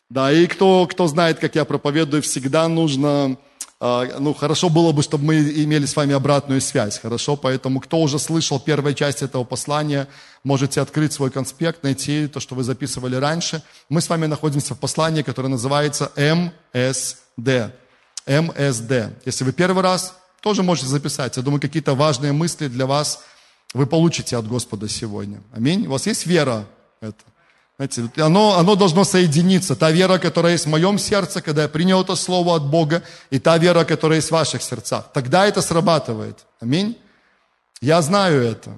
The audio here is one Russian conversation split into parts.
Да, и кто знает, как я проповедую, всегда нужно, хорошо было бы, чтобы мы имели с вами обратную связь, хорошо? Поэтому, кто уже слышал первую часть этого послания, можете открыть свой конспект, найти то, что вы записывали раньше. Мы с вами находимся в послании, которое называется МСД. МСД. Если вы первый раз, тоже можете записать. Я думаю, какие-то важные мысли для вас вы получите от Господа сегодня. Аминь. У вас есть вера? Знаете, оно должно соединиться. Та вера, которая есть в моем сердце, когда я принял это слово от Бога, и та вера, которая есть в ваших сердцах. Тогда это срабатывает. Аминь. Я знаю это.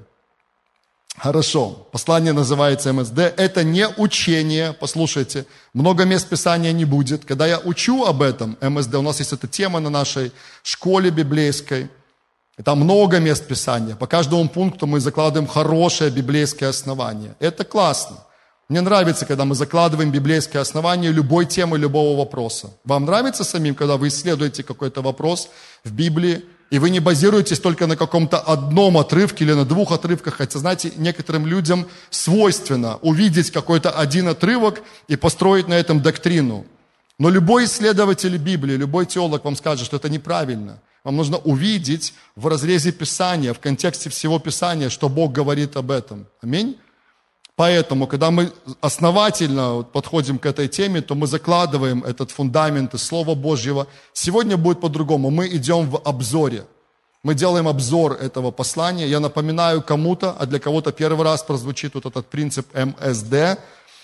Хорошо. Послание называется МСД. Это не учение. Послушайте, много мест Писания не будет. Когда я учу об этом, МСД, у нас есть эта тема на нашей школе библейской. И там много мест Писания. По каждому пункту мы закладываем хорошее библейское основание. Это классно. Мне нравится, когда мы закладываем библейское основание любой темы, любого вопроса. Вам нравится самим, когда вы исследуете какой-то вопрос в Библии, и вы не базируетесь только на каком-то одном отрывке или на двух отрывках, хотя, знаете, некоторым людям свойственно увидеть какой-то один отрывок и построить на этом доктрину. Но любой исследователь Библии, любой теолог вам скажет, что это неправильно. Вам нужно увидеть в разрезе Писания, в контексте всего Писания, что Бог говорит об этом. Аминь. Поэтому, когда мы основательно подходим к этой теме, то мы закладываем этот фундамент из Слова Божьего. Сегодня будет по-другому. Мы идем в обзоре. Мы делаем обзор этого послания. Я напоминаю кому-то, а для кого-то первый раз прозвучит вот этот принцип МСД.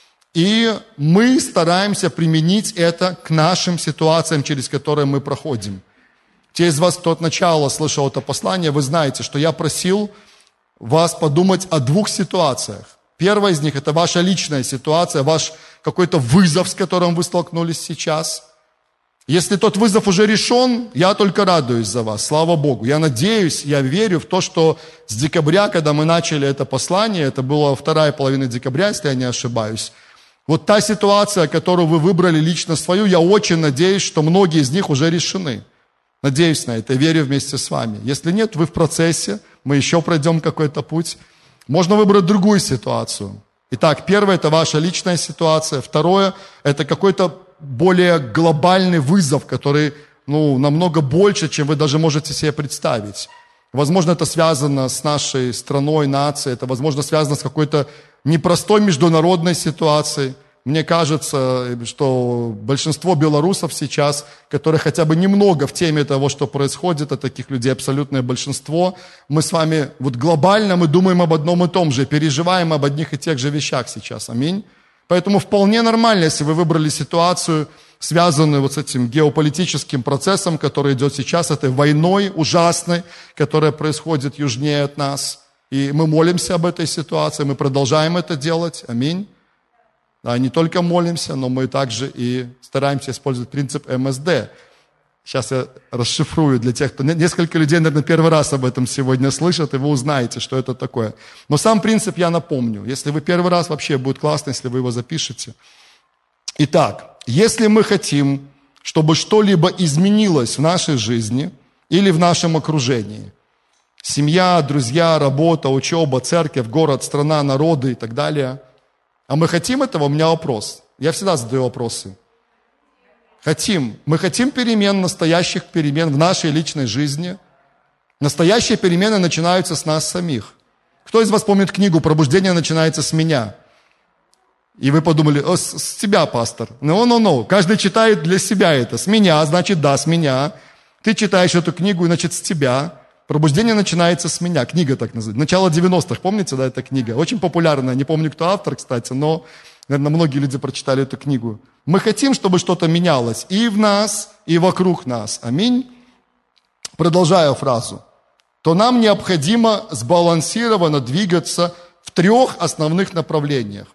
И мы стараемся применить это к нашим ситуациям, через которые мы проходим. Те из вас, кто от начала слышал это послание, вы знаете, что я просил вас подумать о двух ситуациях. Первая из них – это ваша личная ситуация, ваш какой-то вызов, с которым вы столкнулись сейчас. Если тот вызов уже решен, я только радуюсь за вас, слава Богу. Я надеюсь, я верю в то, что с декабря, когда мы начали это послание, это была вторая половина декабря, если я не ошибаюсь, вот та ситуация, которую вы выбрали лично свою, я очень надеюсь, что многие из них уже решены. Надеюсь на это, верю вместе с вами. Если нет, вы в процессе, мы еще пройдем какой-то путь. Можно выбрать другую ситуацию. Итак, первое – это ваша личная ситуация. Второе – это какой-то более глобальный вызов, который намного больше, чем вы даже можете себе представить. Возможно, это связано с нашей страной, нацией. Это, возможно, связано с какой-то непростой международной ситуацией. Мне кажется, что большинство белорусов сейчас, которые хотя бы немного в теме того, что происходит, а таких людей абсолютное большинство, мы с вами глобально мы думаем об одном и том же, переживаем об одних и тех же вещах сейчас. Аминь. Поэтому вполне нормально, если вы выбрали ситуацию, связанную с этим геополитическим процессом, который идет сейчас, этой войной ужасной, которая происходит южнее от нас. И мы молимся об этой ситуации, мы продолжаем это делать. Аминь. Да, не только молимся, но мы также и стараемся использовать принцип МСД. Сейчас я расшифрую для тех, кто... Несколько людей, наверное, первый раз об этом сегодня слышат, и вы узнаете, что это такое. Но сам принцип я напомню. Если вы первый раз, вообще будет классно, если вы его запишете. Итак, если мы хотим, чтобы что-либо изменилось в нашей жизни или в нашем окружении, семья, друзья, работа, учеба, церковь, город, страна, народы и так далее... А мы хотим этого? У меня вопрос. Я всегда задаю вопросы. Хотим. Мы хотим перемен, настоящих перемен в нашей личной жизни. Настоящие перемены начинаются с нас самих. Кто из вас помнит книгу «Пробуждение начинается с меня»? И вы подумали, с тебя, пастор. No. Каждый читает для себя это. С меня, значит, да, с меня. Ты читаешь эту книгу, значит, с тебя. Пробуждение начинается с меня. Книга так называется. Начало 90-х, помните, да, эта книга? Очень популярная. Не помню, кто автор, кстати, но, наверное, многие люди прочитали эту книгу. Мы хотим, чтобы что-то менялось и в нас, и вокруг нас. Аминь. Продолжаю фразу. То нам необходимо сбалансированно двигаться в трех основных направлениях.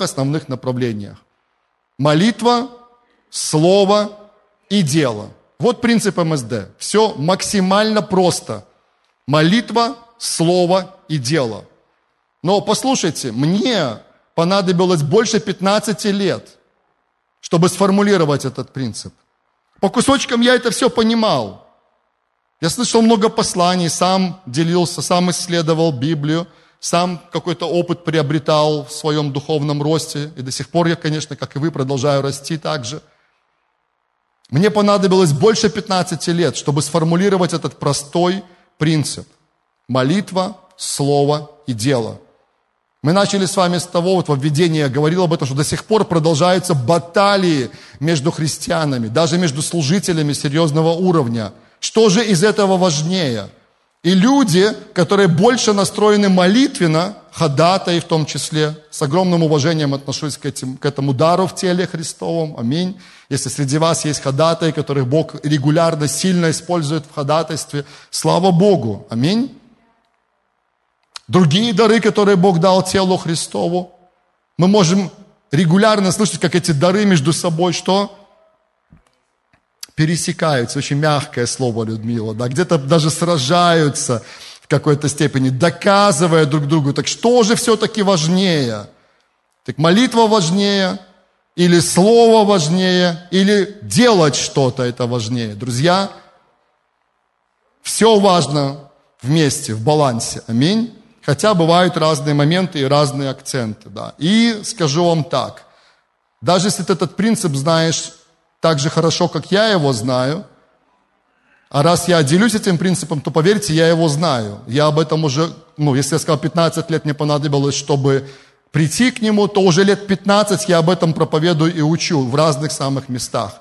Молитва, слово и дело. Вот принцип МСД. Все максимально просто. Молитва, слово и дело. Но послушайте, мне понадобилось больше 15 лет, чтобы сформулировать этот принцип. По кусочкам я это все понимал. Я слышал много посланий, сам делился, сам исследовал Библию. сам какой-то опыт приобретал в своем духовном росте. И до сих пор я, конечно, как и вы, продолжаю расти также. Мне понадобилось больше 15 лет, чтобы сформулировать этот простой принцип. Молитва, слово и дело. Мы начали с вами с того, вот во введении я говорил об этом, что до сих пор продолжаются баталии между христианами, даже между служителями серьезного уровня. Что же из этого важнее? И люди, которые больше настроены молитвенно, ходатаи в том числе, с огромным уважением отношусь к этому дару в теле Христовом, аминь. Если среди вас есть ходатаи, которых Бог регулярно, сильно использует в ходатайстве, слава Богу, аминь. Другие дары, которые Бог дал телу Христову, мы можем регулярно слышать, как эти дары между собой что? Пересекаются. Очень мягкое слово, Людмила. Да? Где-то даже сражаются в какой-то степени, доказывая друг другу. Так что же все-таки важнее? Так молитва важнее? Или слово важнее? Или делать что-то это важнее? Друзья, все важно вместе, в балансе. Аминь. Хотя бывают разные моменты и разные акценты. Да. И скажу вам так, даже если ты этот принцип знаешь так же хорошо, как я его знаю, а раз я делюсь этим принципом, то поверьте, я его знаю. Я об этом уже, если я сказал, 15 лет мне понадобилось, чтобы прийти к нему, то уже лет 15 я об этом проповедую и учу в разных самых местах.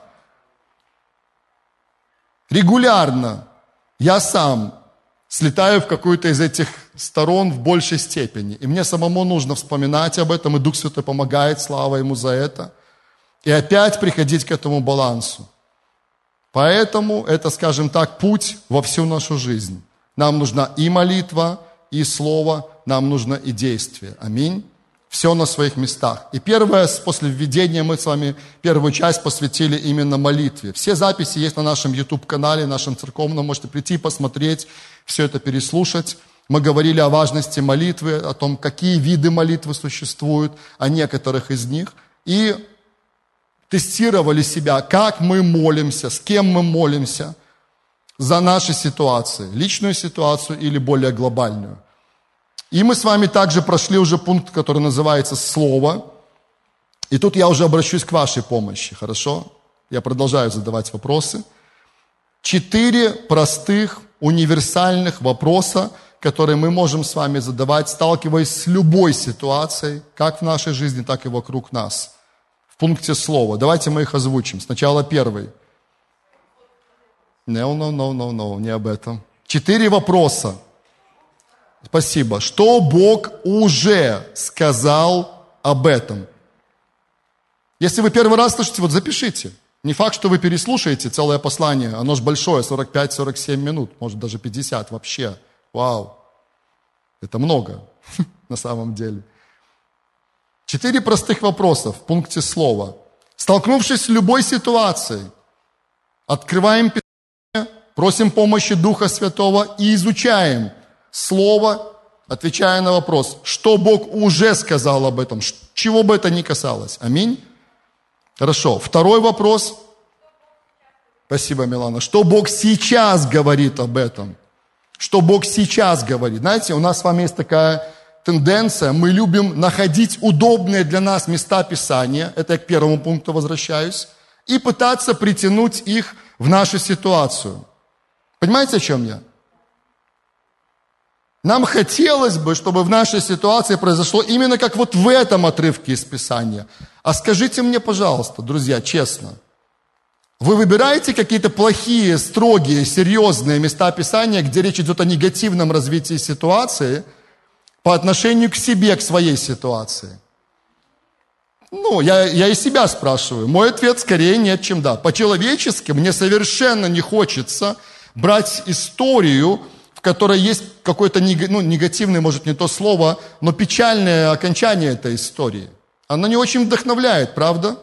Регулярно я сам слетаю в какую-то из этих сторон в большей степени. И мне самому нужно вспоминать об этом, и Дух Святой помогает, слава Ему за это. И опять приходить к этому балансу. Поэтому это, скажем так, путь во всю нашу жизнь. Нам нужна и молитва, и слово, нам нужно и действие. Аминь. Все на своих местах. И первое, после введения мы с вами первую часть посвятили именно молитве. Все записи есть на нашем YouTube-канале, нашем церковном. Можете прийти, посмотреть, все это переслушать. Мы говорили о важности молитвы, о том, какие виды молитвы существуют, о некоторых из них. И тестировали себя, как мы молимся, с кем мы молимся за наши ситуации, личную ситуацию или более глобальную. И мы с вами также прошли уже пункт, который называется «Слово». И тут я уже обращусь к вашей помощи, хорошо? Я продолжаю задавать вопросы. 4 простых, универсальных вопроса, которые мы можем с вами задавать, сталкиваясь с любой ситуацией, как в нашей жизни, так и вокруг нас. В пункте «Слово». Давайте мы их озвучим. Сначала первый. No, не об этом. 4 вопроса. Спасибо. Что Бог уже сказал об этом? Если вы первый раз слышите, вот запишите. Не факт, что вы переслушаете целое послание. Оно же большое, 45-47 минут, может даже 50 вообще. Вау. Это много на самом деле. 4 простых вопроса в пункте «Слово». Столкнувшись с любой ситуацией, открываем Писание, просим помощи Духа Святого и изучаем Слово, отвечая на вопрос, что Бог уже сказал об этом, чего бы это ни касалось. Аминь. Хорошо. Второй вопрос. Спасибо, Милана. Что Бог сейчас говорит об этом? Что Бог сейчас говорит? Знаете, у нас с вами есть такая тенденция, мы любим находить удобные для нас места Писания, это я к первому пункту возвращаюсь, и пытаться притянуть их в нашу ситуацию. Понимаете, о чем я? Нам хотелось бы, чтобы в нашей ситуации произошло именно как вот в этом отрывке из Писания. А скажите мне, пожалуйста, друзья, честно, вы выбираете какие-то плохие, строгие, серьезные места Писания, где речь идет о негативном развитии ситуации по отношению к себе, к своей ситуации? Я и себя спрашиваю. Мой ответ скорее нет, чем да. По-человечески мне совершенно не хочется брать историю, в которой есть какое-то негативное, может, не то слово, но печальное окончание этой истории. Она не очень вдохновляет, правда?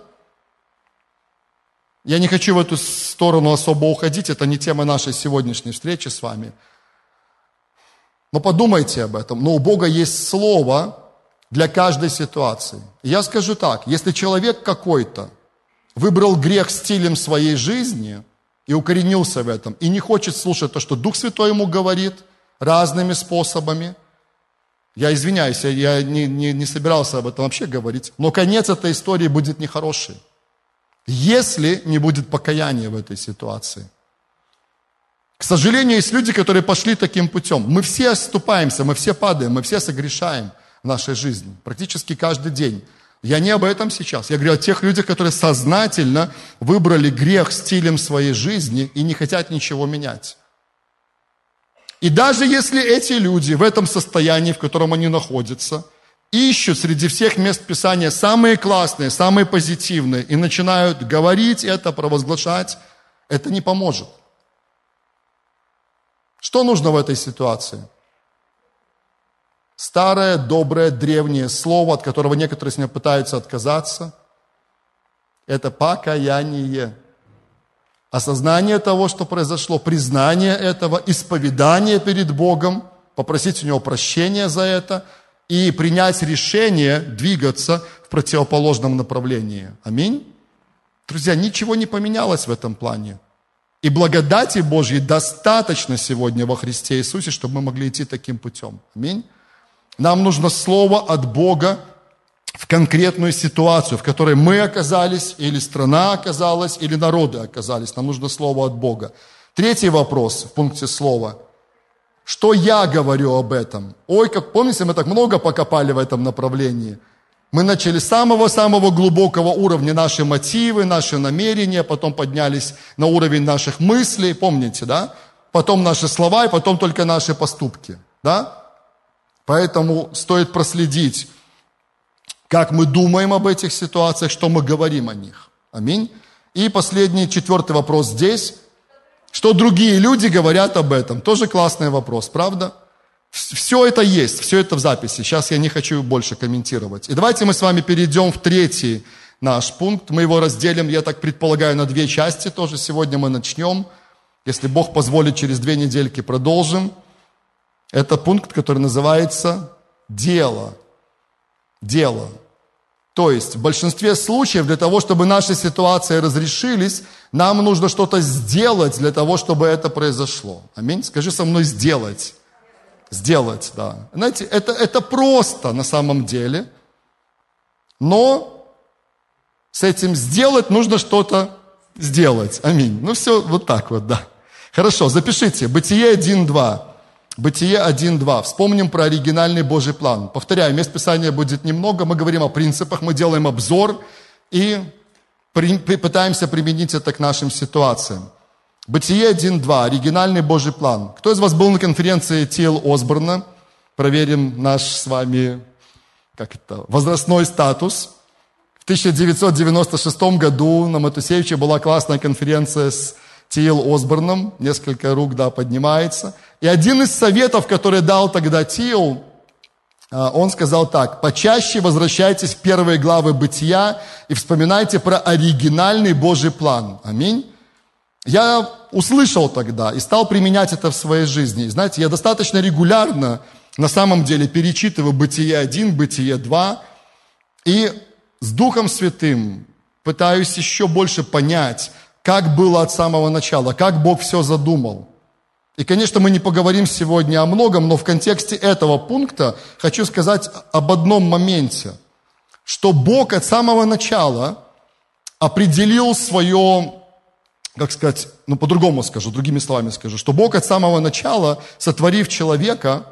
Я не хочу в эту сторону особо уходить, это не тема нашей сегодняшней встречи с вами. Но подумайте об этом. Но у Бога есть слово для каждой ситуации. И я скажу так, если человек какой-то выбрал грех стилем своей жизни и укоренился в этом, и не хочет слушать то, что Дух Святой ему говорит разными способами, Я извиняюсь, я не собирался об этом вообще говорить, но конец этой истории будет нехороший, если не будет покаяния в этой ситуации. К сожалению, есть люди, которые пошли таким путем. Мы все оступаемся, мы все падаем, мы все согрешаем в нашей жизни, практически каждый день. Я не об этом сейчас. Я говорю о тех людях, которые сознательно выбрали грех стилем своей жизни и не хотят ничего менять. И даже если эти люди в этом состоянии, в котором они находятся, ищут среди всех мест Писания самые классные, самые позитивные и начинают говорить это, провозглашать, это не поможет. Что нужно в этой ситуации? Старое, доброе, древнее слово, от которого некоторые сегодня пытаются отказаться, это покаяние. Осознание того, что произошло, признание этого, исповедание перед Богом, попросить у Него прощения за это и принять решение двигаться в противоположном направлении. Аминь. Друзья, ничего не поменялось в этом плане. И благодати Божьей достаточно сегодня во Христе Иисусе, чтобы мы могли идти таким путем. Аминь. Нам нужно слово от Бога в конкретную ситуацию, в которой мы оказались, или страна оказалась, или народы оказались. Нам нужно слово от Бога. Третий вопрос в пункте слова. Что я говорю об этом? Ой, как помните, мы так много покопали в этом направлении. Мы начали с самого-самого глубокого уровня наши мотивы, наши намерения, потом поднялись на уровень наших мыслей, помните, да? Потом наши слова, и потом только наши поступки, да? Поэтому стоит проследить, как мы думаем об этих ситуациях, что мы говорим о них. Аминь. И последний, 4 вопрос здесь. Что другие люди говорят об этом? Тоже классный вопрос, правда? Все это есть, все это в записи. Сейчас я не хочу больше комментировать. И давайте мы с вами перейдем в 3 наш пункт. Мы его разделим, я так предполагаю, на 2 части тоже. Сегодня мы начнем. Если Бог позволит, через 2 недельки продолжим. Это пункт, который называется «дело». Дело. То есть в большинстве случаев для того, чтобы наши ситуации разрешились, нам нужно что-то сделать для того, чтобы это произошло. Аминь. Скажи со мной «сделать». Сделать, да. Знаете, это просто на самом деле, но с этим сделать нужно что-то сделать. Аминь. Ну все вот так вот, да. Хорошо, запишите. Бытие 1:2. Бытие 1:2. Вспомним про оригинальный Божий план. Повторяю, мест Писания будет немного, мы говорим о принципах, мы делаем обзор и пытаемся применить это к нашим ситуациям. Бытие 1:2, оригинальный Божий план. Кто из вас был на конференции Т.Л. Осборна? Проверим наш с вами возрастной статус. В 1996 году на Матусевиче была классная конференция с Т.Л. Осборном. Несколько рук, поднимается. И один из советов, который дал тогда Т.Л., он сказал так: почаще возвращайтесь в первые главы Бытия и вспоминайте про оригинальный Божий план. Аминь. Я услышал тогда и стал применять это в своей жизни. И знаете, я достаточно регулярно, на самом деле, перечитываю Бытие 1, Бытие 2, и с Духом Святым пытаюсь еще больше понять, как было от самого начала, как Бог все задумал. И, конечно, мы не поговорим сегодня о многом, но в контексте этого пункта хочу сказать об одном моменте, что Бог от самого начала определил свое, по-другому скажу, другими словами скажу, что Бог от самого начала, сотворив человека,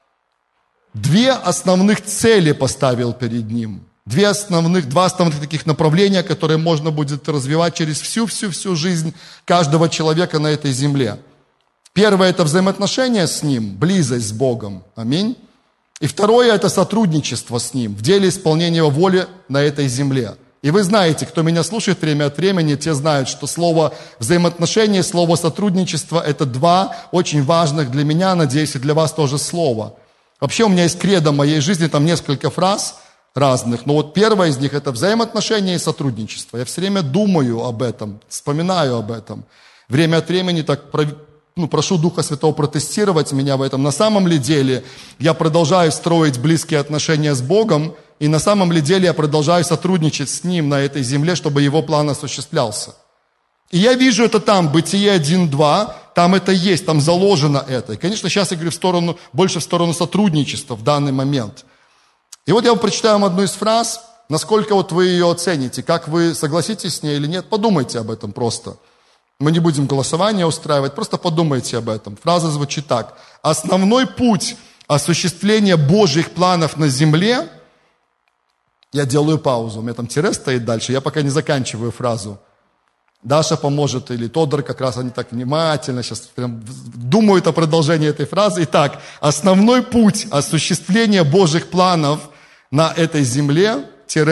2 основных цели поставил перед ним. 2 основных таких направления, которые можно будет развивать через всю жизнь каждого человека на этой земле. Первое – это взаимоотношения с Ним, близость с Богом. Аминь. И второе – это сотрудничество с Ним в деле исполнения Его воли на этой земле. И вы знаете, кто меня слушает время от времени, те знают, что слово взаимоотношения, слово сотрудничество – это 2 очень важных для меня, надеюсь, и для вас тоже слова. Вообще у меня есть кредо моей жизни, там несколько фраз разных, но вот первое из них – это взаимоотношения и сотрудничество. Я все время думаю об этом, вспоминаю об этом. Время от времени прошу Духа Святого протестировать меня в этом. На самом ли деле я продолжаю строить близкие отношения с Богом, и на самом ли деле я продолжаю сотрудничать с Ним на этой земле, чтобы Его план осуществлялся. И я вижу это там, Бытие 1:2, там это есть, там заложено это. И, конечно, сейчас я говорю больше в сторону сотрудничества в данный момент. И вот я вам прочитаю вам одну из фраз, насколько вот вы ее оцените, как вы согласитесь с ней или нет, подумайте об этом просто. Мы не будем голосование устраивать, просто подумайте об этом. Фраза звучит так. Основной путь осуществления Божьих планов на земле, я делаю паузу, у меня там тире стоит дальше, я пока не заканчиваю фразу. Даша поможет, или Тодор, как раз они так внимательно сейчас прям думают о продолжении этой фразы. Итак, основной путь осуществления Божьих планов на этой земле,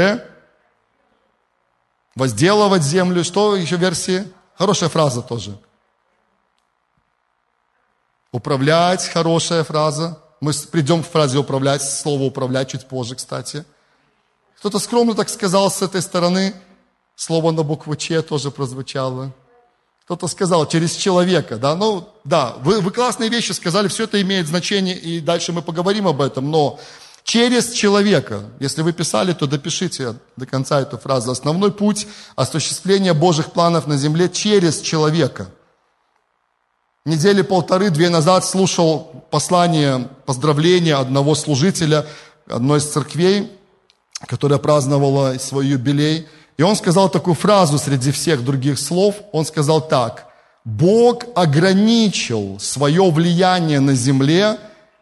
возделывать землю, что еще версии? Хорошая фраза тоже. Управлять, хорошая фраза. Мы придем к фразе управлять, слово управлять чуть позже, кстати. Кто-то скромно так сказал с этой стороны, слово на букву Ч тоже прозвучало. Кто-то сказал через человека, да, ну, да, вы классные вещи сказали, все это имеет значение, и дальше мы поговорим об этом, но через человека, если вы писали, то допишите до конца эту фразу. Основной путь осуществления Божьих планов на земле через человека. Недели 1.5-2 назад слушал послание, поздравление одного служителя одной из церквей, которая праздновала свой юбилей. И он сказал такую фразу среди всех других слов. Он сказал так. Бог ограничил свое влияние на земле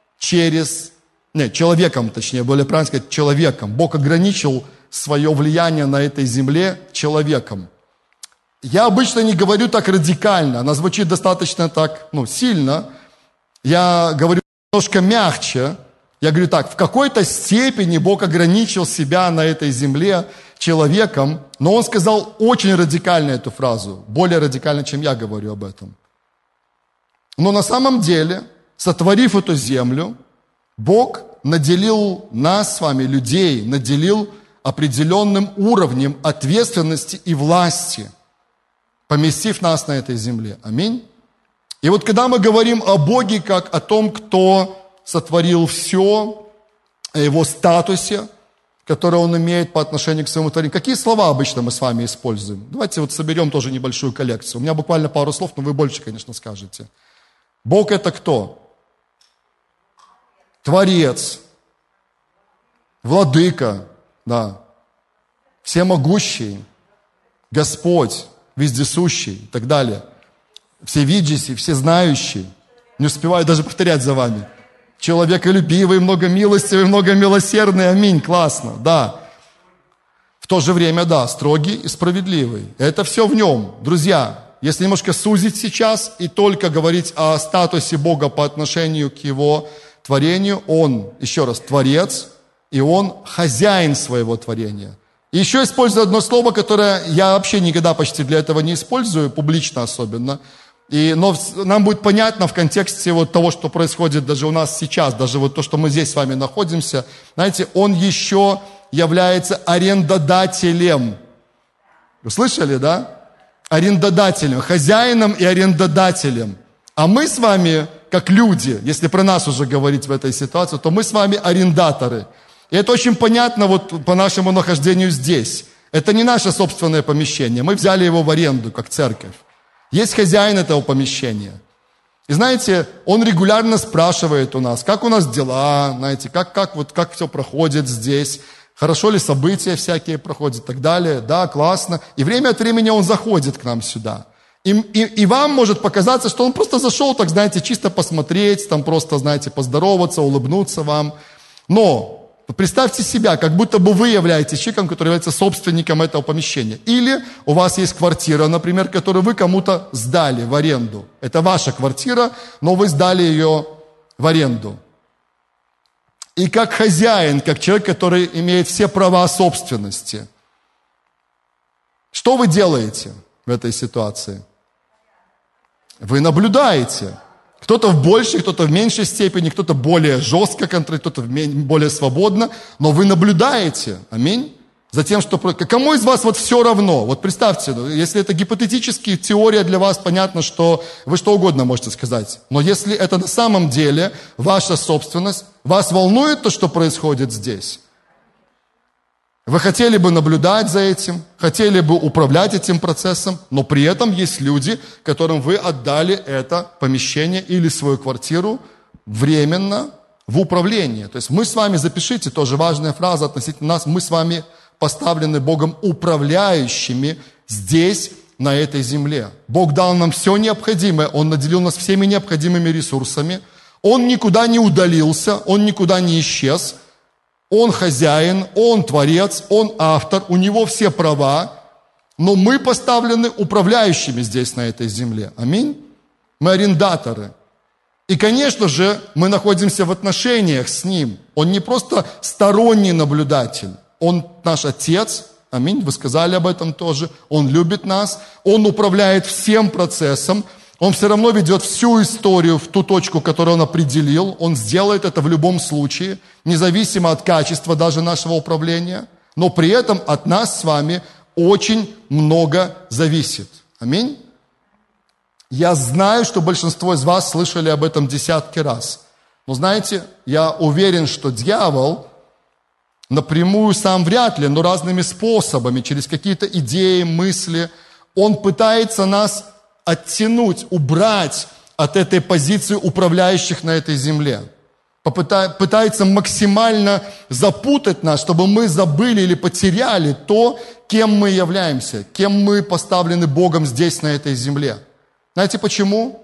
человеком, точнее, более правильно сказать, человеком. Бог ограничил свое влияние на этой земле человеком. Я обычно не говорю так радикально, она звучит достаточно так, сильно. Я говорю немножко мягче. Я говорю так, в какой-то степени Бог ограничил себя на этой земле человеком, но Он сказал очень радикально эту фразу, более радикально, чем я говорю об этом. Но на самом деле, сотворив эту землю, Бог наделил нас с вами, людей, наделил определенным уровнем ответственности и власти, поместив нас на этой земле. Аминь. И вот когда мы говорим о Боге как о том, кто сотворил все, о Его статусе, который Он имеет по отношению к своему творению. Какие слова обычно мы с вами используем? Давайте вот соберем тоже небольшую коллекцию. У меня буквально пару слов, но вы больше, конечно, скажете. Бог это кто? Творец, Владыка, да, Всемогущий, Господь, Вездесущий и так далее. Всевидящий, Всезнающий. Не успеваю даже повторять за вами. Человеколюбивый, многомилостивый, многомилосердный. Аминь. Классно, да. В то же время, да, строгий и справедливый. Это все в нем. Друзья, если немножко сузить сейчас и только говорить о статусе Бога по отношению к Его творению, Он, еще раз, Творец, и Он хозяин своего творения. И еще использую одно слово, которое я вообще никогда почти для этого не использую, публично особенно. Но нам будет понятно в контексте вот того, что происходит даже у нас сейчас, даже вот то, что мы здесь с вами находимся. Знаете, Он еще является арендодателем. Вы слышали, да? Арендодателем, хозяином и арендодателем. А мы с вами, как люди, если про нас уже говорить в этой ситуации, то мы с вами арендаторы. И это очень понятно вот по нашему нахождению здесь. Это не наше собственное помещение. Мы взяли его в аренду, как церковь. Есть хозяин этого помещения. И знаете, он регулярно спрашивает у нас, как у нас дела, знаете, как все проходит здесь, хорошо ли события всякие проходят и так далее. Да, классно. И время от времени он заходит к нам сюда. И вам может показаться, что он просто зашел, так знаете, чисто посмотреть, там просто, знаете, поздороваться, улыбнуться вам. Но представьте себя, как будто бы вы являетесь человеком, который является собственником этого помещения. Или у вас есть квартира, например, которую вы кому-то сдали в аренду. Это ваша квартира, но вы сдали ее в аренду. И как хозяин, как человек, который имеет все права собственности, что вы делаете в этой ситуации? Вы наблюдаете. Кто-то в большей, кто-то в меньшей степени, кто-то более жестко контролирует, кто-то более свободно, но вы наблюдаете, аминь, за тем, что... Кому из вас вот все равно? Вот представьте, если это гипотетически теория для вас, понятно, что вы что угодно можете сказать. Но если это на самом деле ваша собственность, вас волнует то, что происходит здесь? Вы хотели бы наблюдать за этим, хотели бы управлять этим процессом, но при этом есть люди, которым вы отдали это помещение или свою квартиру временно в управление. То есть мы с вами, запишите, тоже важная фраза относительно нас, мы с вами поставлены Богом управляющими здесь, на этой земле. Бог дал нам все необходимое, Он наделил нас всеми необходимыми ресурсами, Он никуда не удалился, Он никуда не исчез, Он хозяин, Он творец, Он автор, у Него все права, но мы поставлены управляющими здесь, на этой земле. Аминь. Мы арендаторы. И, конечно же, мы находимся в отношениях с Ним. Он не просто сторонний наблюдатель, Он наш Отец. Аминь. Вы сказали об этом тоже. Он любит нас. Он управляет всем процессом. Он все равно ведет всю историю в ту точку, которую Он определил. Он сделает это в любом случае, независимо от качества даже нашего управления. Но при этом от нас с вами очень много зависит. Аминь. Я знаю, что большинство из вас слышали об этом десятки раз. Но знаете, я уверен, что дьявол напрямую сам вряд ли, но разными способами, через какие-то идеи, мысли, он пытается нас оттянуть, убрать от этой позиции управляющих на этой земле. Пытается максимально запутать нас, чтобы мы забыли или потеряли то, кем мы являемся, кем мы поставлены Богом здесь, на этой земле. Знаете почему?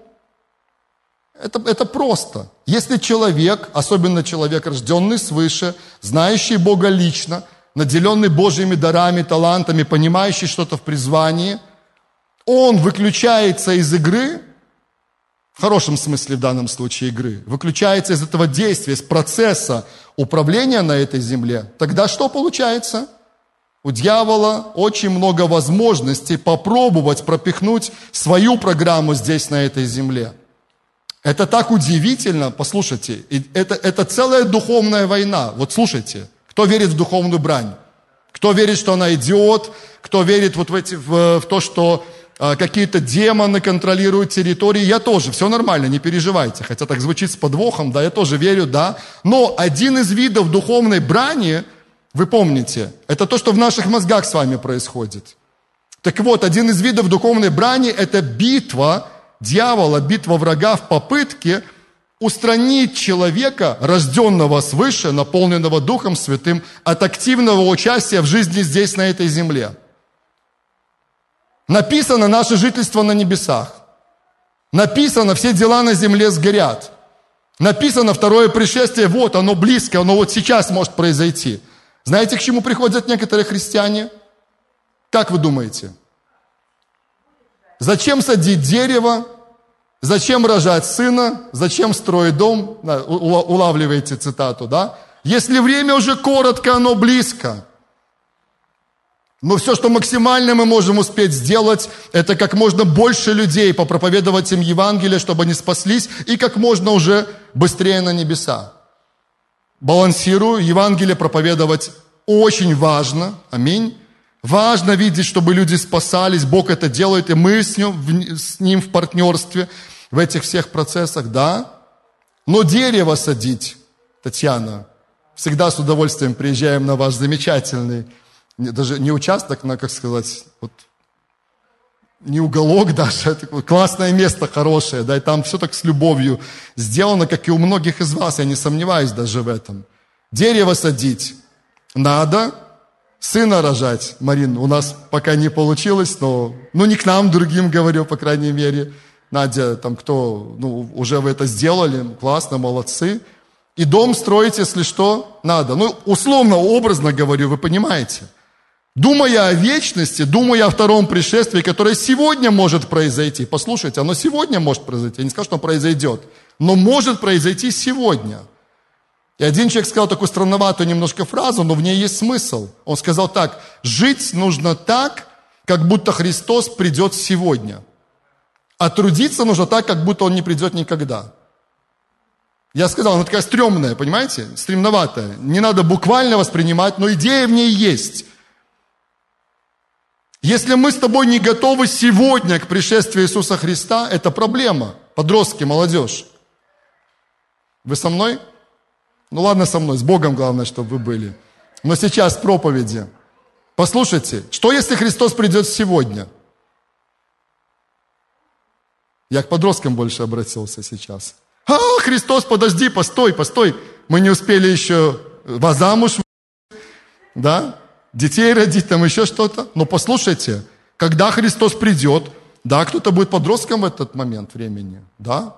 Это просто. Если человек, особенно человек, рожденный свыше, знающий Бога лично, наделенный Божьими дарами, талантами, понимающий что-то в призвании, он выключается из игры, в хорошем смысле в данном случае игры, выключается из этого действия, из процесса управления на этой земле, тогда что получается? У дьявола очень много возможностей попробовать пропихнуть свою программу здесь, на этой земле. Это так удивительно, послушайте, это целая духовная война. Вот слушайте, кто верит в духовную брань? Кто верит, что она идиот? Кто верит вот в то, что какие-то демоны контролируют территории? Я тоже, все нормально, не переживайте. Хотя так звучит с подвохом, да, я тоже верю, да. Но один из видов духовной брани, вы помните, это то, что в наших мозгах с вами происходит. Так вот, один из видов духовной брани – это битва дьявола, битва врага в попытке устранить человека, рожденного свыше, наполненного Духом Святым, от активного участия в жизни здесь, на этой земле. Написано наше жительство на небесах. Написано все дела на земле сгорят. Написано второе пришествие, вот оно близко, оно вот сейчас может произойти. Знаете, к чему приходят некоторые христиане? Как вы думаете? Зачем садить дерево? Зачем рожать сына? Зачем строить дом? Улавливаете цитату, да? Если время уже коротко, оно близко. Но все, что максимально мы можем успеть сделать, это как можно больше людей попроповедовать им Евангелие, чтобы они спаслись, и как можно уже быстрее на небеса. Балансирую, Евангелие проповедовать очень важно, аминь. Важно видеть, чтобы люди спасались, Бог это делает, и мы с Ним в партнерстве в этих всех процессах, да. Но дерево садить, Татьяна, всегда с удовольствием приезжаем на ваш замечательный, даже не участок, на, как сказать, вот, не уголок даже, это классное место, хорошее, да, и там все так с любовью сделано, как и у многих из вас, я не сомневаюсь даже в этом. Дерево садить надо, сына рожать, Марин, у нас пока не получилось, но не к нам, другим говорю, по крайней мере. Надя, там кто, уже вы это сделали, классно, молодцы. И дом строить, если что, надо. Условно, образно говорю, вы понимаете. Думая о вечности, думая о втором пришествии, которое сегодня может произойти. Послушайте, оно сегодня может произойти. Я не скажу, что оно произойдет, но может произойти сегодня. И один человек сказал такую странноватую немножко фразу, но в ней есть смысл. Он сказал так: жить нужно так, как будто Христос придет сегодня. А трудиться нужно так, как будто Он не придет никогда. Я сказал, она такая стрёмная, понимаете? Стремноватая. Не надо буквально воспринимать, но идея в ней есть. Если мы с тобой не готовы сегодня к пришествию Иисуса Христа, это проблема. Подростки, молодежь. Вы со мной? Ладно, со мной, с Богом главное, чтобы вы были. Но сейчас в проповеди. Послушайте, что если Христос придет сегодня? Я к подросткам больше обратился сейчас. Христос, подожди, постой. Мы не успели еще замуж, да? Детей родить, там еще что-то. Но послушайте, когда Христос придет, да, кто-то будет подростком в этот момент времени, да?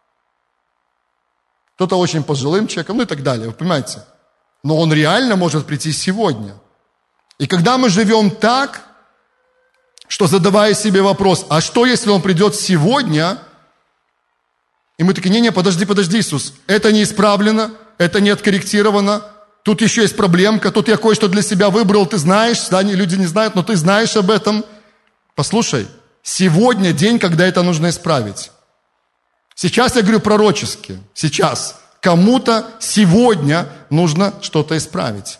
Кто-то очень пожилым человеком, ну и так далее, вы понимаете? Но он реально может прийти сегодня. И когда мы живем так, что задавая себе вопрос, а что если он придет сегодня, и мы такие, не, подожди, Иисус, это не исправлено, это не откорректировано, тут еще есть проблемка, тут я кое-что для себя выбрал, ты знаешь, да, люди не знают, но ты знаешь об этом. Послушай, сегодня день, когда это нужно исправить. Сейчас я говорю пророчески, сейчас. Кому-то сегодня нужно что-то исправить.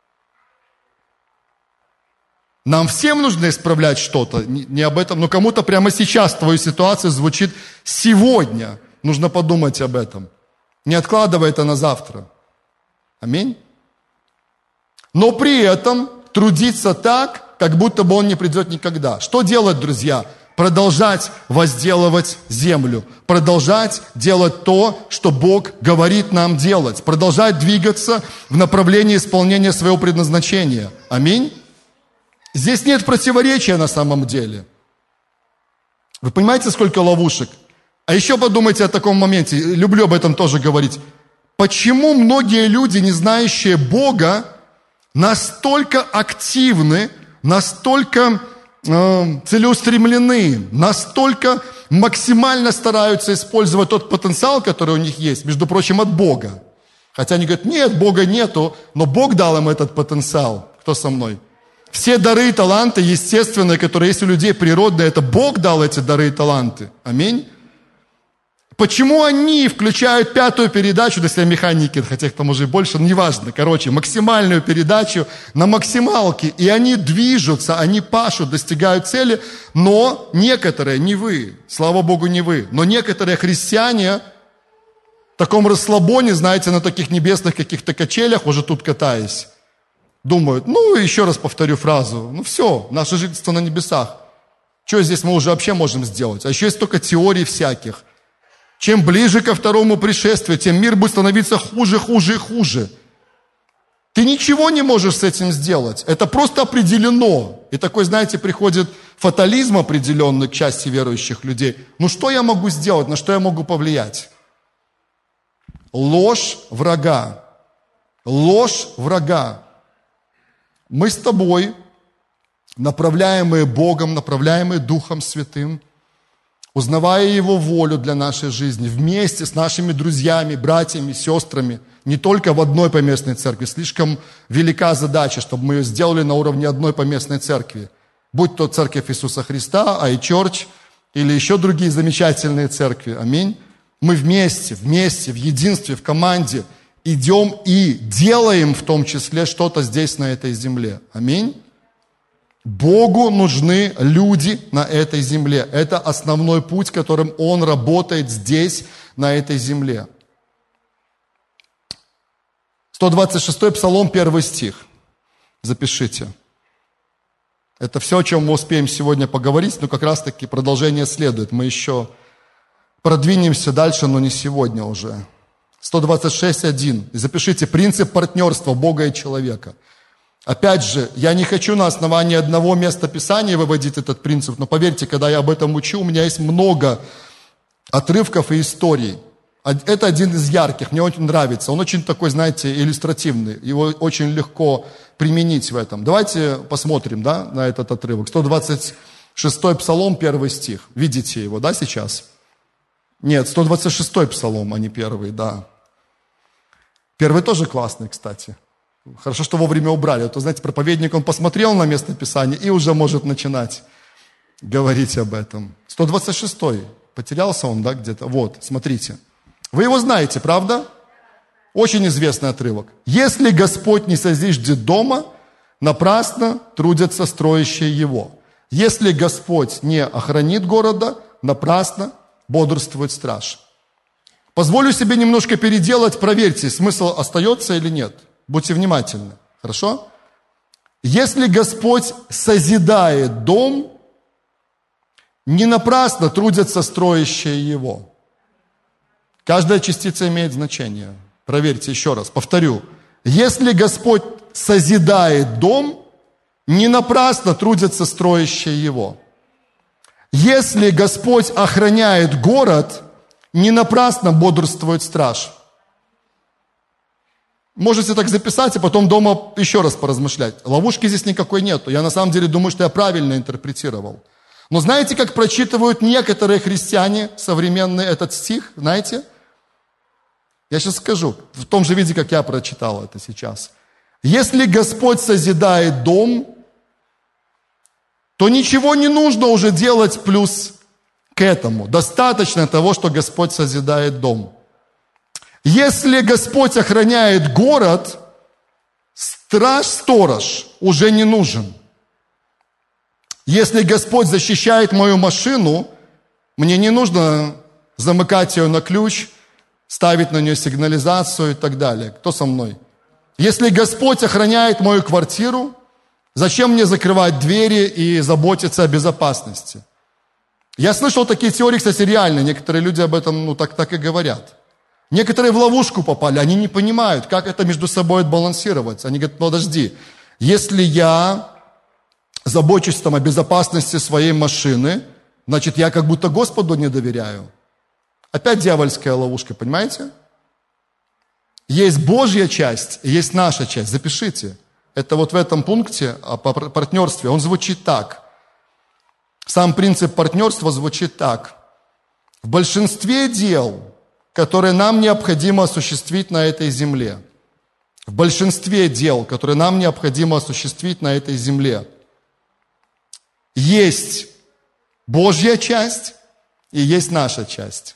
Нам всем нужно исправлять что-то, не об этом, но кому-то прямо сейчас твоя ситуация звучит сегодня. Нужно подумать об этом. Не откладывай это на завтра. Аминь. Но при этом трудиться так, как будто бы он не придет никогда. Что делать, друзья? Продолжать возделывать землю. Продолжать делать то, что Бог говорит нам делать. Продолжать двигаться в направлении исполнения своего предназначения. Аминь. Здесь нет противоречия на самом деле. Вы понимаете, сколько ловушек? А еще подумайте о таком моменте. Люблю об этом тоже говорить. Почему многие люди, не знающие Бога, настолько активны, настолько целеустремлены, настолько максимально стараются использовать тот потенциал, который у них есть, между прочим, от Бога. Хотя они говорят, нет, Бога нету, но Бог дал им этот потенциал. Кто со мной? Все дары и таланты естественные, которые есть у людей природные, это Бог дал эти дары и таланты. Аминь. Почему они включают 5-ю передачу, если механики, хотя их там уже больше, но неважно, максимальную передачу на максималке, и они движутся, они пашут, достигают цели, но некоторые, не вы, слава Богу, не вы, но некоторые христиане в таком расслабоне, знаете, на таких небесных каких-то качелях, уже тут катаясь, думают, еще раз повторю фразу, все, наше жительство на небесах, что здесь мы уже вообще можем сделать? А еще есть только теорий всяких. Чем ближе ко второму пришествию, тем мир будет становиться хуже, хуже и хуже. Ты ничего не можешь с этим сделать. Это просто определено. И такой, знаете, приходит фатализм определенный к части верующих людей. Что я могу сделать, на что я могу повлиять? Ложь врага. Ложь врага. Мы с тобой, направляемые Богом, направляемые Духом Святым, узнавая Его волю для нашей жизни, вместе с нашими друзьями, братьями, сестрами, не только в одной поместной церкви, слишком велика задача, чтобы мы ее сделали на уровне одной поместной церкви. Будь то Церковь Иисуса Христа, iChurch или еще другие замечательные церкви. Аминь. Мы вместе, в единстве, в команде идем и делаем в том числе что-то здесь, на этой земле. Аминь. Богу нужны люди на этой земле. Это основной путь, которым Он работает здесь, на этой земле. 126-й Псалом, 1 стих. Запишите. Это все, о чем мы успеем сегодня поговорить, но как раз-таки продолжение следует. Мы еще продвинемся дальше, но не сегодня уже. 126.1. Запишите принцип партнерства Бога и человека. Опять же, я не хочу на основании одного места Писания выводить этот принцип, но поверьте, когда я об этом учу, у меня есть много отрывков и историй. Это один из ярких, мне очень нравится. Он очень такой, знаете, иллюстративный. Его очень легко применить в этом. Давайте посмотрим, на этот отрывок. 126-й Псалом, 1 стих. Видите его, сейчас? Нет, 126-й Псалом, а не 1, да. 1 тоже классный, кстати. Хорошо, что вовремя убрали. А то, знаете, проповедник, он посмотрел на место Писания и уже может начинать говорить об этом. 126-й. Потерялся он, где-то? Вот, смотрите. Вы его знаете, правда? Очень известный отрывок. «Если Господь не созиждет дома, напрасно трудятся строящие его. Если Господь не охранит города, напрасно бодрствует страж». Позволю себе немножко переделать, проверьте, смысл остается или нет. Будьте внимательны. Хорошо? Если Господь созидает дом, не напрасно трудятся строящие его. Каждая частица имеет значение. Проверьте еще раз, повторю. Если Господь созидает дом, не напрасно трудятся строящие его. Если Господь охраняет город, не напрасно бодрствует страж. Можете так записать, и потом дома еще раз поразмышлять. Ловушки здесь никакой нету. Я на самом деле думаю, что я правильно интерпретировал. Но знаете, как прочитывают некоторые христиане современные этот стих? Знаете? Я сейчас скажу, в том же виде, как я прочитал это сейчас. Если Господь созидает дом, то ничего не нужно уже делать плюс к этому. Достаточно того, что Господь созидает дом. Если Господь охраняет город, сторож уже не нужен. Если Господь защищает мою машину, мне не нужно замыкать ее на ключ, ставить на нее сигнализацию и так далее. Кто со мной? Если Господь охраняет мою квартиру, зачем мне закрывать двери и заботиться о безопасности? Я слышал такие теории, кстати, реально. Некоторые люди об этом так и говорят. Некоторые в ловушку попали, они не понимают, как это между собой отбалансировать. Они говорят, подожди, если я забочусь о безопасности своей машины, значит, я как будто Господу не доверяю. Опять дьявольская ловушка, понимаете? Есть Божья часть, есть наша часть. Запишите. Это вот в этом пункте о партнерстве. Он звучит так. Сам принцип партнерства звучит так. В большинстве дел, которые нам необходимо осуществить на этой земле, в большинстве дел, которые нам необходимо осуществить на этой земле, есть Божья часть и есть наша часть.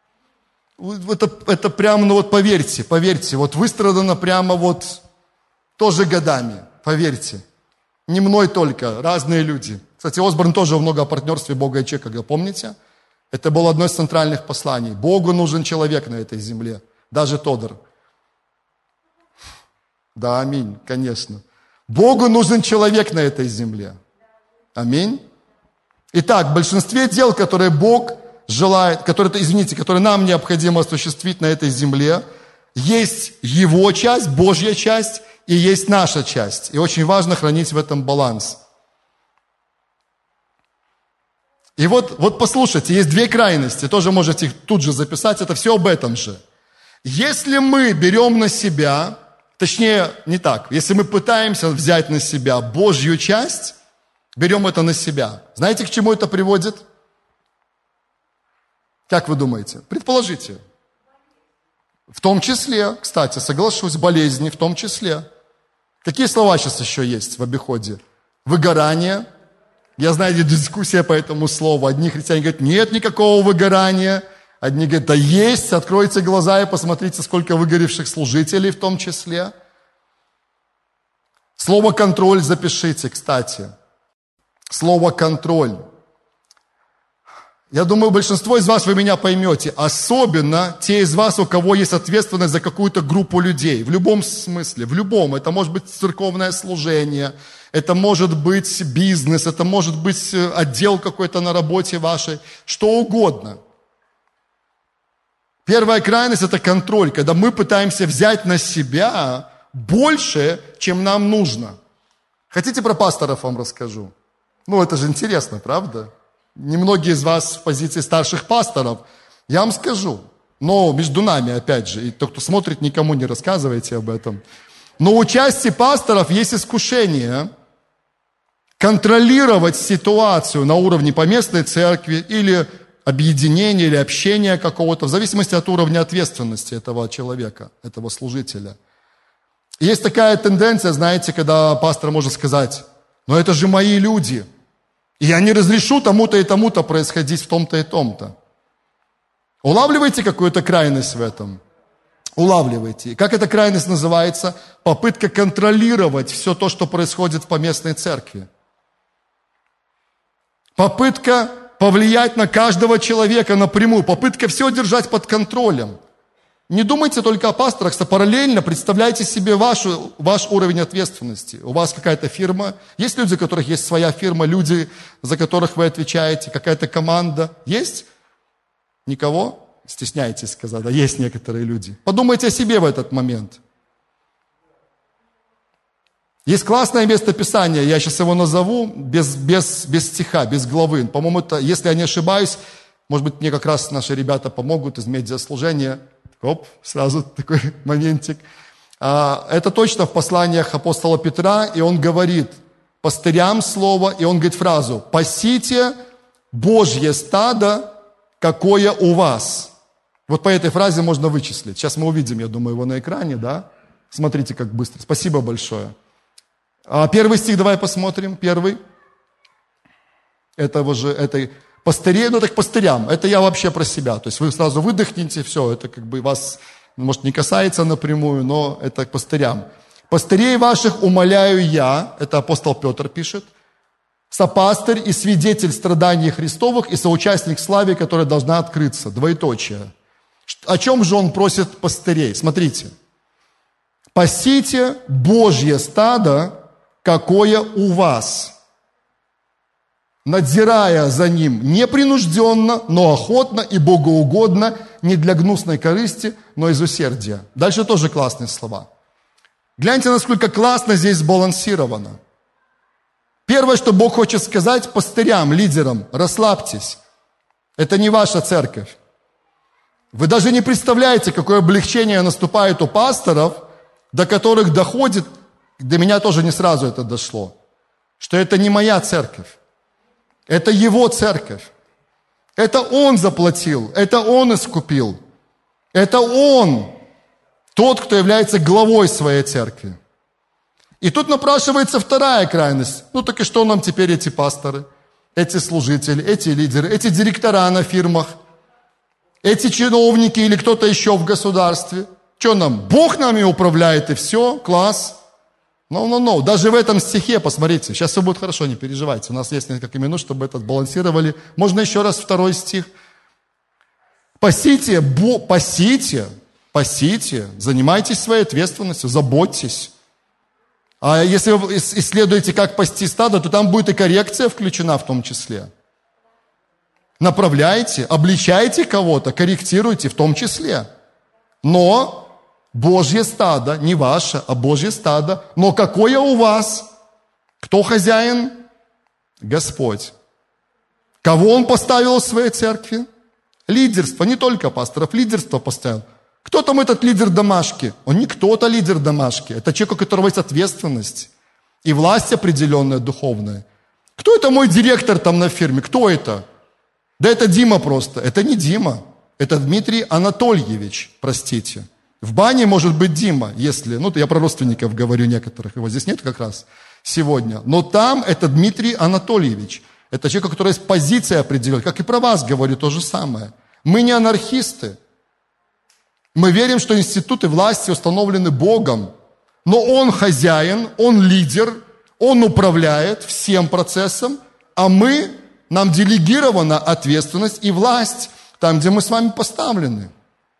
Это прямо, поверьте, выстрадано прямо тоже годами, поверьте. Не мной только, разные люди. Кстати, Осборн тоже много о партнерстве Бога и человека говорил, помните? Это было одно из центральных посланий. Богу нужен человек на этой земле, даже Тодор. Да, аминь, конечно. Богу нужен человек на этой земле. Аминь. Итак, в большинстве дел, которые Бог желает, которые нам необходимо осуществить на этой земле, есть Его часть, Божья часть, и есть наша часть. И очень важно хранить в этом баланс. И вот послушайте, есть две крайности, тоже можете их тут же записать, это все об этом же. Если мы берем на себя, точнее, не так, если мы пытаемся взять на себя Божью часть, берем это на себя, знаете, к чему это приводит? Как вы думаете? Предположите. В том числе, кстати, соглашусь, болезни в том числе. Какие слова сейчас еще есть в обиходе? Выгорание. Я знаю, дискуссия по этому слову. Одни христиане говорят, нет никакого выгорания. Одни говорят, да есть, откройте глаза и посмотрите, сколько выгоревших служителей в том числе. Слово «контроль» запишите, кстати. Слово «контроль». Я думаю, большинство из вас, вы меня поймете. Особенно те из вас, у кого есть ответственность за какую-то группу людей. В любом смысле, в любом. Это может быть церковное служение, это может быть бизнес, это может быть отдел какой-то на работе вашей, что угодно. Первая крайность – это контроль, когда мы пытаемся взять на себя больше, чем нам нужно. Хотите, про пасторов вам расскажу? Это же интересно, правда? Немногие из вас в позиции старших пасторов. Я вам скажу, но между нами, опять же, и тот, кто смотрит, никому не рассказывайте об этом. Но у части пасторов есть искушение контролировать ситуацию на уровне поместной церкви или объединения, или общения какого-то, в зависимости от уровня ответственности этого человека, этого служителя. И есть такая тенденция, знаете, когда пастор может сказать, но это же мои люди, и я не разрешу тому-то и тому-то происходить в том-то и том-то. Улавливаете какую-то крайность в этом? Улавливаете. И как эта крайность называется? Попытка контролировать все то, что происходит в поместной церкви. Попытка повлиять на каждого человека напрямую. Попытка все держать под контролем. Не думайте только о пасторах, а параллельно представляйте себе ваш уровень ответственности. У вас какая-то фирма, есть люди, у которых есть своя фирма, люди, за которых вы отвечаете, какая-то команда. Есть? Никого? Стесняетесь сказать, да, есть некоторые люди. Подумайте о себе в этот момент. Есть классное местописание, я сейчас его назову, без стиха, без главы. По-моему, это, если я не ошибаюсь, может быть, мне как раз наши ребята помогут из медиаслужения. Оп, сразу такой моментик. Это точно в посланиях апостола Петра, и он говорит пастырям слово, и он говорит фразу: «Пасите Божье стадо, какое у вас». Вот по этой фразе можно вычислить. Сейчас мы увидим, я думаю, его на экране, да? Смотрите, как быстро. Спасибо большое. Первый стих давай посмотрим. Первый. Этой пастырей, ну так пастырям. Это я вообще про себя. То есть вы сразу выдохните, все, это как бы вас, может, не касается напрямую, но это к пастырям. «Пастырей ваших умоляю я», это апостол Петр пишет, «сопастырь и свидетель страданий Христовых и соучастник славы, которая должна открыться». Двоеточие. О чем же он просит пастырей? Смотрите. «Пасите Божье стадо, какое у вас, надзирая за ним непринужденно, но охотно и богоугодно, не для гнусной корысти, но из усердия». Дальше тоже классные слова. Гляньте, насколько классно здесь сбалансировано. Первое, что Бог хочет сказать пастырям, лидерам: расслабьтесь. Это не ваша церковь. Вы даже не представляете, какое облегчение наступает у пасторов, до которых доходит, до меня тоже не сразу это дошло, что это не моя церковь. Это его церковь. Это он заплатил, это он искупил. Это он, тот, кто является главой своей церкви. И тут напрашивается вторая крайность. Ну так и что нам теперь эти пасторы, эти служители, эти лидеры, эти директора на фирмах, эти чиновники или кто-то еще в государстве? Что нам? Бог нами управляет и все, класс. No. Даже в этом стихе, посмотрите, сейчас все будет хорошо, не переживайте. У нас есть несколько минут, чтобы это сбалансировали. Можно еще раз второй стих. Пасите, занимайтесь своей ответственностью, заботьтесь. А если вы исследуете, как пасти стадо, то там будет и коррекция включена в том числе. Направляйте, обличайте кого-то, корректируйте в том числе. Но Божье стадо, не ваше, а Божье стадо. Но какое у вас? Кто хозяин? Господь. Кого Он поставил в своей церкви? Лидерство, не только пасторов, лидерство поставил. Кто там этот лидер домашки? Он не кто-то лидер домашки. Это человек, у которого есть ответственность и власть определенная духовная. Кто это мой директор там на фирме? Кто это? Да это Дима просто. Это не Дима. Это Дмитрий Анатольевич, простите. В бане может быть Дима, если... Ну, я про родственников говорю некоторых. Его здесь нет как раз сегодня. Но там это Дмитрий Анатольевич. Это человек, у которого есть позиция определенная. Как и про вас говорю, то же самое. Мы не анархисты. Мы верим, что институты власти установлены Богом. Но Он хозяин, Он лидер, Он управляет всем процессом, а нам делегирована ответственность и власть там, где мы с вами поставлены.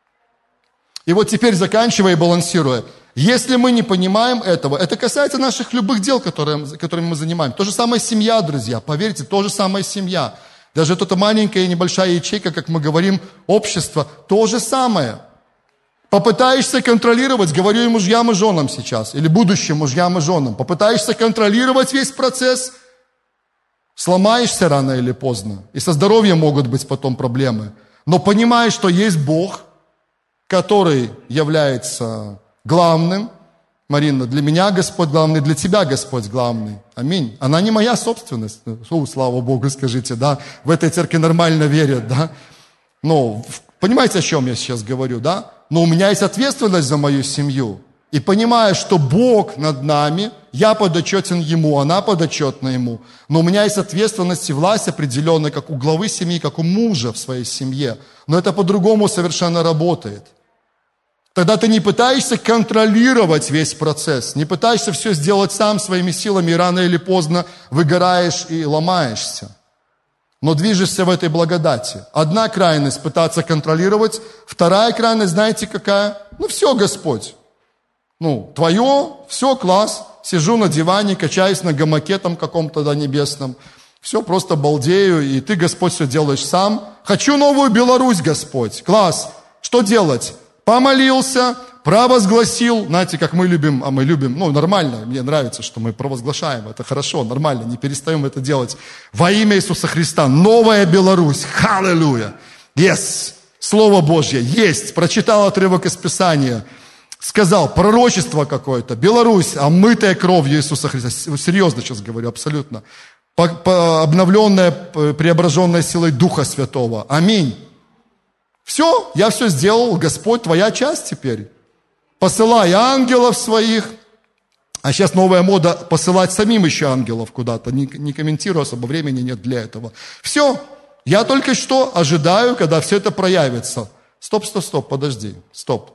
И вот теперь, заканчивая и балансируя, если мы не понимаем этого, это касается наших любых дел, которыми мы занимаем. То же самое семья, друзья, поверьте, то же самое семья. Даже эта маленькая и небольшая ячейка, как мы говорим, общество, то же самое. Попытаешься контролировать, говорю и мужьям и женам сейчас, или будущим мужьям и женам, попытаешься контролировать весь процесс, сломаешься рано или поздно, и со здоровьем могут быть потом проблемы. Но понимаешь, что есть Бог, который является главным. Марина, для меня Господь главный, для тебя Господь главный. Аминь. Она не моя собственность. Слава Богу, скажите, да. В этой церкви нормально верят, да. Но понимаете, о чем я сейчас говорю, да? Но у меня есть ответственность за мою семью. И понимая, что Бог над нами, я подотчетен Ему, она подотчетна Ему. Но у меня есть ответственность и власть определенная, как у главы семьи, как у мужа в своей семье. Но это по-другому совершенно работает. Тогда ты не пытаешься контролировать весь процесс, не пытаешься все сделать сам своими силами, и рано или поздно выгораешь и ломаешься. но движешься в этой благодати. Одна крайность – пытаться контролировать, вторая крайность, знаете, какая? Все, Господь. Твое, все, класс. Сижу на диване, качаюсь на гамаке там каком-то небесном. Все, просто балдею, и ты, Господь, все делаешь сам. Хочу новую Беларусь, Господь. Класс. Что делать? Помолился, провозгласил. Знаете, как мы любим, нормально, мне нравится, что мы провозглашаем. Это хорошо, нормально, не перестаем это делать. Во имя Иисуса Христа. Новая Беларусь. Халилуя. Yes. Слово Божье. Есть. Прочитал отрывок из Писания. Сказал, пророчество какое-то. Беларусь, омытая кровью Иисуса Христа. Серьезно сейчас говорю, абсолютно. Обновленная, преображенная силой Духа Святого. Аминь. Все, я все сделал, Господь, твоя часть теперь. Посылай ангелов своих. А сейчас новая мода посылать самим еще ангелов куда-то. Не комментирую особо, времени нет для этого. Все, я только что ожидаю, когда все это проявится. Стоп, подожди, стоп.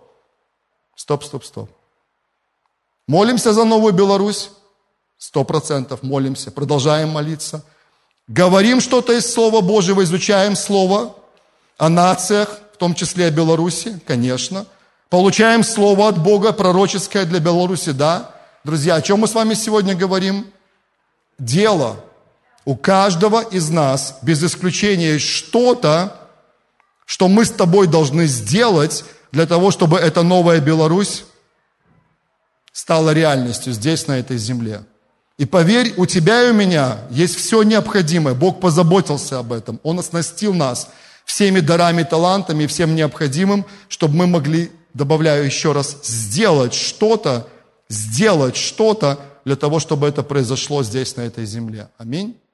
Молимся за новую Беларусь. 100% молимся, продолжаем молиться. Говорим что-то из Слова Божьего, изучаем Слово о нациях, в том числе о Беларуси, конечно. Получаем Слово от Бога, пророческое для Беларуси, да. Друзья, о чем мы с вами сегодня говорим? Дело. У каждого из нас, без исключения, есть что-то, что мы с тобой должны сделать для того, чтобы эта новая Беларусь стала реальностью здесь, на этой земле. И поверь, у тебя и у меня есть все необходимое. Бог позаботился об этом. Он оснастил нас всеми дарами, талантами и всем необходимым, чтобы мы могли, добавляю еще раз, сделать что-то для того, чтобы это произошло здесь, на этой земле. Аминь.